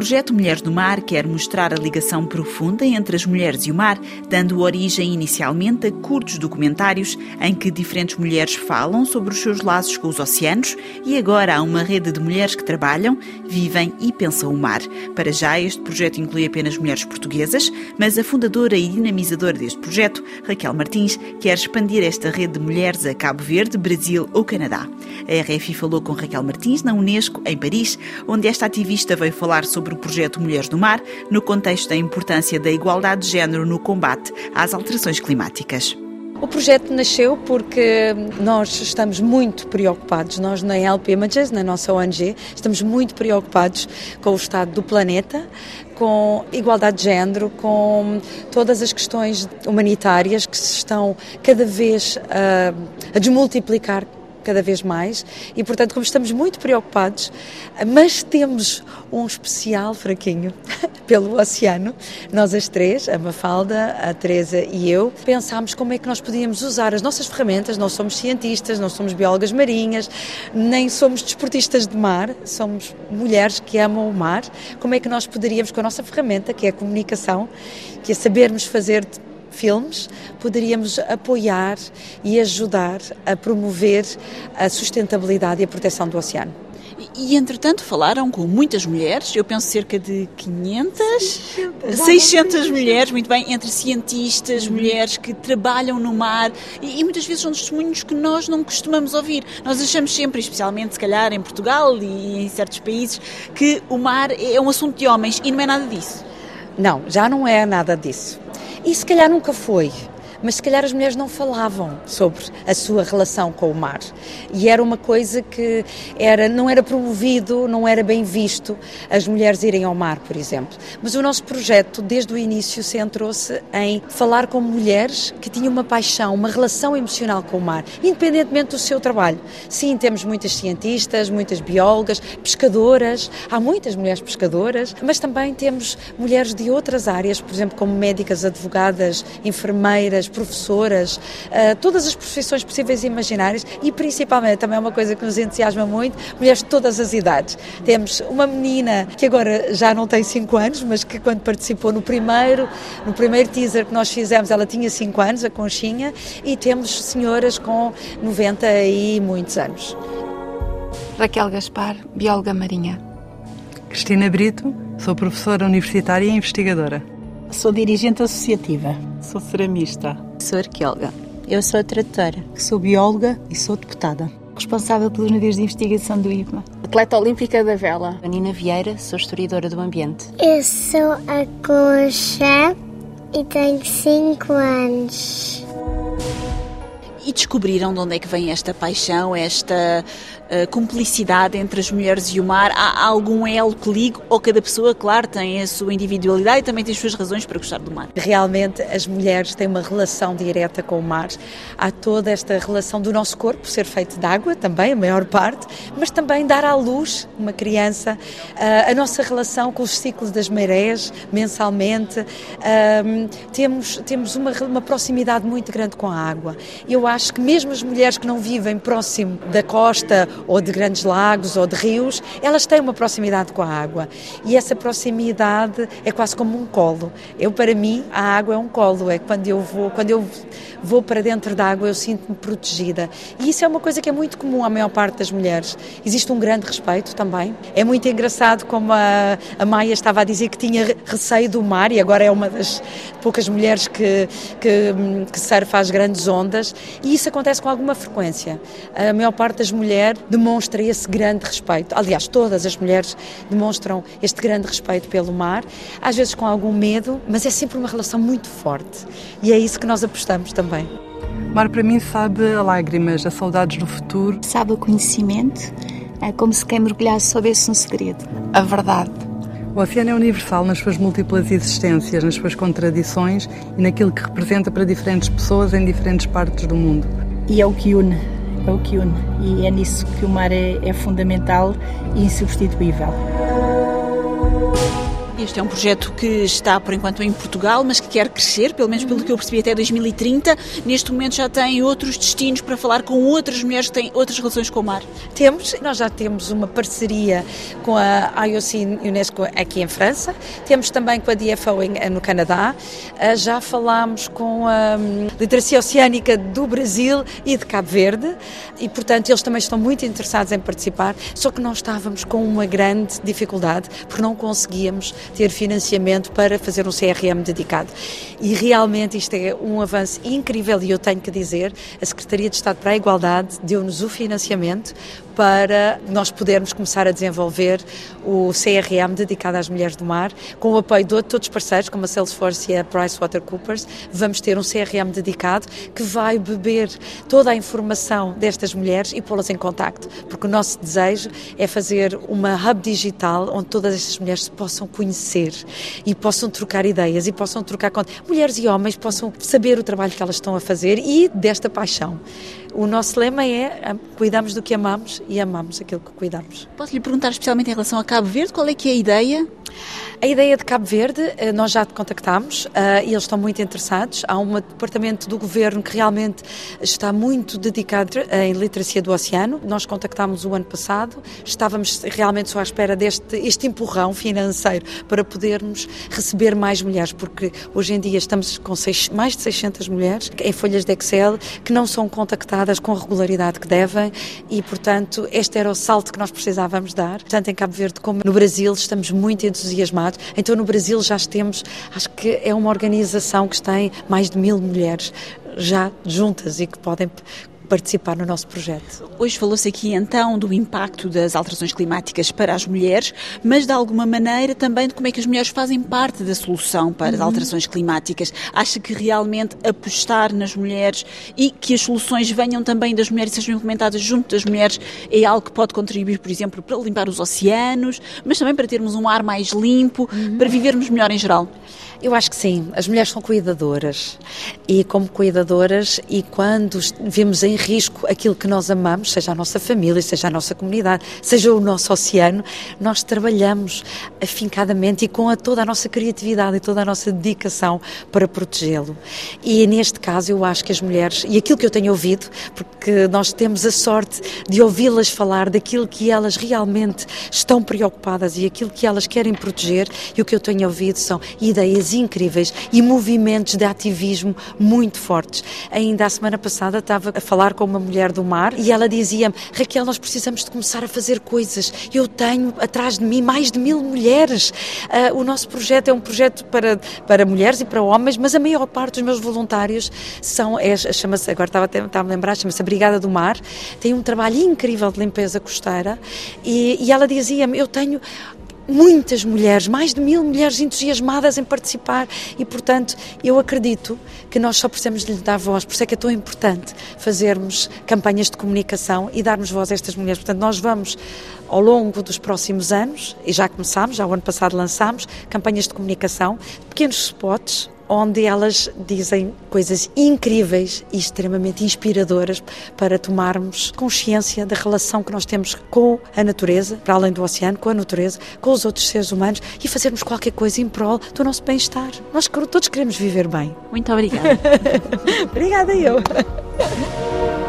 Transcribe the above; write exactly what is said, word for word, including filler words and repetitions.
projeto Mulheres no Mar quer mostrar a ligação profunda entre as mulheres e o mar, dando origem inicialmente a curtos documentários em que diferentes mulheres falam sobre os seus laços com os oceanos, e agora há uma rede de mulheres que trabalham, vivem e pensam o mar. Para já, este projeto inclui apenas mulheres portuguesas, mas a fundadora e dinamizadora deste projeto, Raquel Martins, quer expandir esta rede de mulheres a Cabo Verde, Brasil ou Canadá. A R F I falou com Raquel Martins na Unesco, em Paris, onde esta ativista veio falar sobre o projeto Mulheres no Mar, no contexto da importância da igualdade de género no combate às alterações climáticas. O projeto nasceu porque nós estamos muito preocupados, nós na Help Images, na nossa O N G, estamos muito preocupados com o estado do planeta, com igualdade de género, com todas as questões humanitárias que se estão cada vez a, a desmultiplicar cada vez mais e, portanto, como estamos muito preocupados, mas temos um especial fraquinho pelo oceano, nós as três, a Mafalda, a Teresa e eu, pensámos como é que nós podíamos usar as nossas ferramentas. Não somos cientistas, não somos biólogas marinhas, nem somos desportistas de mar, somos mulheres que amam o mar. Como é que nós poderíamos, com a nossa ferramenta, que é a comunicação, que é sabermos fazer filmes, poderíamos apoiar e ajudar a promover a sustentabilidade e a proteção do oceano. E, entretanto, falaram com muitas mulheres, eu penso cerca de quinhentas, seiscentas mulheres, muito bem, entre cientistas, mulheres que trabalham no mar, e, e muitas vezes são testemunhos que nós não costumamos ouvir. Nós achamos sempre, especialmente se calhar em Portugal e em certos países, que o mar é um assunto de homens, e não é nada disso. Não, já não é nada disso. E se calhar nunca foi, mas se calhar as mulheres não falavam sobre a sua relação com o mar. E era uma coisa que era, não era promovido, não era bem visto as mulheres irem ao mar, por exemplo. Mas o nosso projeto, desde o início, centrou-se em falar com mulheres que tinham uma paixão, uma relação emocional com o mar, independentemente do seu trabalho. Sim, temos muitas cientistas, muitas biólogas, pescadoras, há muitas mulheres pescadoras, mas também temos mulheres de outras áreas, por exemplo, como médicas, advogadas, enfermeiras, professoras, uh, todas as profissões possíveis e imaginárias, e principalmente, também é uma coisa que nos entusiasma muito, mulheres de todas as idades. Temos uma menina que agora já não tem cinco anos, mas que quando participou no primeiro, no primeiro teaser que nós fizemos, ela tinha cinco anos, a Conchinha, e temos senhoras com noventa e muitos anos. Raquel Gaspar, bióloga marinha. Cristina Brito, sou professora universitária e investigadora. Sou dirigente associativa. Sou ceramista. Sou arqueóloga. Eu sou tradutora. Sou bióloga e sou deputada. Responsável pelos navios de investigação do I V M A. Atleta olímpica da vela. Nina Vieira, sou historiadora do ambiente. Eu sou a Concha e tenho cinco anos. E descobriram de onde é que vem esta paixão, esta uh, cumplicidade entre as mulheres e o mar? Há algum elo que ligue, ou cada pessoa, claro, tem a sua individualidade e também tem as suas razões para gostar do mar? Realmente as mulheres têm uma relação direta com o mar. Há toda esta relação do nosso corpo ser feito de água, também, a maior parte, mas também dar à luz uma criança, uh, a nossa relação com os ciclos das marés, mensalmente. Uh, temos, temos uma, uma proximidade muito grande com a água. Eu acho que mesmo as mulheres que não vivem próximo da costa ou de grandes lagos ou de rios, elas têm uma proximidade com a água. E essa proximidade é quase como um colo. Eu, para mim, a água é um colo. É quando eu vou, quando eu vou para dentro da água, eu sinto-me protegida. E isso é uma coisa que é muito comum à maior parte das mulheres. Existe um grande respeito também. É muito engraçado como a, a Maia estava a dizer que tinha receio do mar, e agora é uma das poucas mulheres que, que, que surfa as grandes ondas. E isso acontece com alguma frequência. A maior parte das mulheres demonstra esse grande respeito. Aliás, todas as mulheres demonstram este grande respeito pelo mar, às vezes com algum medo, mas é sempre uma relação muito forte. E é isso que nós apostamos também. O mar para mim sabe a lágrimas, a saudades do futuro. Sabe o conhecimento, é como se quem mergulhasse soubesse um segredo, a verdade. O oceano é universal nas suas múltiplas existências, nas suas contradições e naquilo que representa para diferentes pessoas em diferentes partes do mundo. E é o que une, é o que une. E é nisso que o mar é, é fundamental e insubstituível. Este é um projeto que está, por enquanto, em Portugal, mas que quer crescer, pelo menos pelo que eu percebi, até dois mil e trinta. Neste momento já tem outros destinos para falar com outras mulheres que têm outras relações com o mar. Temos, nós já temos uma parceria com a I O C Unesco aqui em França, temos também com a D F O no Canadá, já falámos com a Literacia Oceânica do Brasil e de Cabo Verde e, portanto, eles também estão muito interessados em participar, só que nós estávamos com uma grande dificuldade, porque não conseguíamos ter financiamento para fazer um C R M dedicado. E realmente isto é um avanço incrível e eu tenho que dizer, a Secretaria de Estado para a Igualdade deu-nos o financiamento para nós podermos começar a desenvolver o C R M dedicado às mulheres do mar, com o apoio de todos os parceiros, como a Salesforce e a PricewaterhouseCoopers. Vamos ter um C R M dedicado que vai beber toda a informação destas mulheres e pô-las em contacto, porque o nosso desejo é fazer uma hub digital onde todas estas mulheres se possam conhecer e possam trocar ideias e possam trocar contas. Mulheres e homens possam saber o trabalho que elas estão a fazer e desta paixão. O nosso lema é cuidamos do que amamos e amamos aquilo que cuidamos. Posso lhe perguntar especialmente em relação a Cabo Verde, qual é que é a ideia? A ideia de Cabo Verde, nós já te contactámos uh, e eles estão muito interessados. Há um departamento do governo que realmente está muito dedicado em literacia do oceano. Nós contactámos o ano passado, estávamos realmente só à espera deste este empurrão financeiro para podermos receber mais mulheres, porque hoje em dia estamos com seis, mais de seiscentas mulheres em folhas de Excel que não são contactadas com a regularidade que devem e, portanto, este era o salto que nós precisávamos dar. Tanto em Cabo Verde como no Brasil estamos muito entusiasmados. Então no Brasil já temos, acho que é uma organização que tem mais de mil mulheres já juntas e que podem participar no nosso projeto. Hoje falou-se aqui então do impacto das alterações climáticas para as mulheres, mas de alguma maneira também de como é que as mulheres fazem parte da solução para as alterações climáticas. Acha que realmente apostar nas mulheres e que as soluções venham também das mulheres e sejam implementadas junto das mulheres é algo que pode contribuir, por exemplo, para limpar os oceanos, mas também para termos um ar mais limpo, uhum. para vivermos melhor em geral? Eu acho que sim. As mulheres são cuidadoras e como cuidadoras e quando vemos em risco aquilo que nós amamos, seja a nossa família, seja a nossa comunidade, seja o nosso oceano, nós trabalhamos afincadamente e com a, toda a nossa criatividade e toda a nossa dedicação para protegê-lo. E neste caso eu acho que as mulheres, e aquilo que eu tenho ouvido, porque nós temos a sorte de ouvi-las falar daquilo que elas realmente estão preocupadas e aquilo que elas querem proteger, e o que eu tenho ouvido são ideias incríveis e movimentos de ativismo muito fortes. Ainda a semana passada estava a falar com uma mulher do mar e ela dizia-me: Raquel, nós precisamos de começar a fazer coisas. Eu tenho atrás de mim mais de mil mulheres. Uh, o nosso projeto é um projeto para, para mulheres e para homens, mas a maior parte dos meus voluntários são, é, chama-se, agora estava, estava a me lembrar, chama-se a Brigada do Mar, tem um trabalho incrível de limpeza costeira e, e ela dizia-me: eu tenho muitas mulheres, mais de mil mulheres entusiasmadas em participar e, portanto, eu acredito que nós só precisamos de lhe dar voz, por isso é que é tão importante fazermos campanhas de comunicação e darmos voz a estas mulheres. Portanto, nós vamos, ao longo dos próximos anos, e já começámos, já o ano passado lançámos, campanhas de comunicação, pequenos spots, onde elas dizem coisas incríveis e extremamente inspiradoras para tomarmos consciência da relação que nós temos com a natureza, para além do oceano, com a natureza, com os outros seres humanos e fazermos qualquer coisa em prol do nosso bem-estar. Nós todos queremos viver bem. Muito obrigada. Obrigada eu.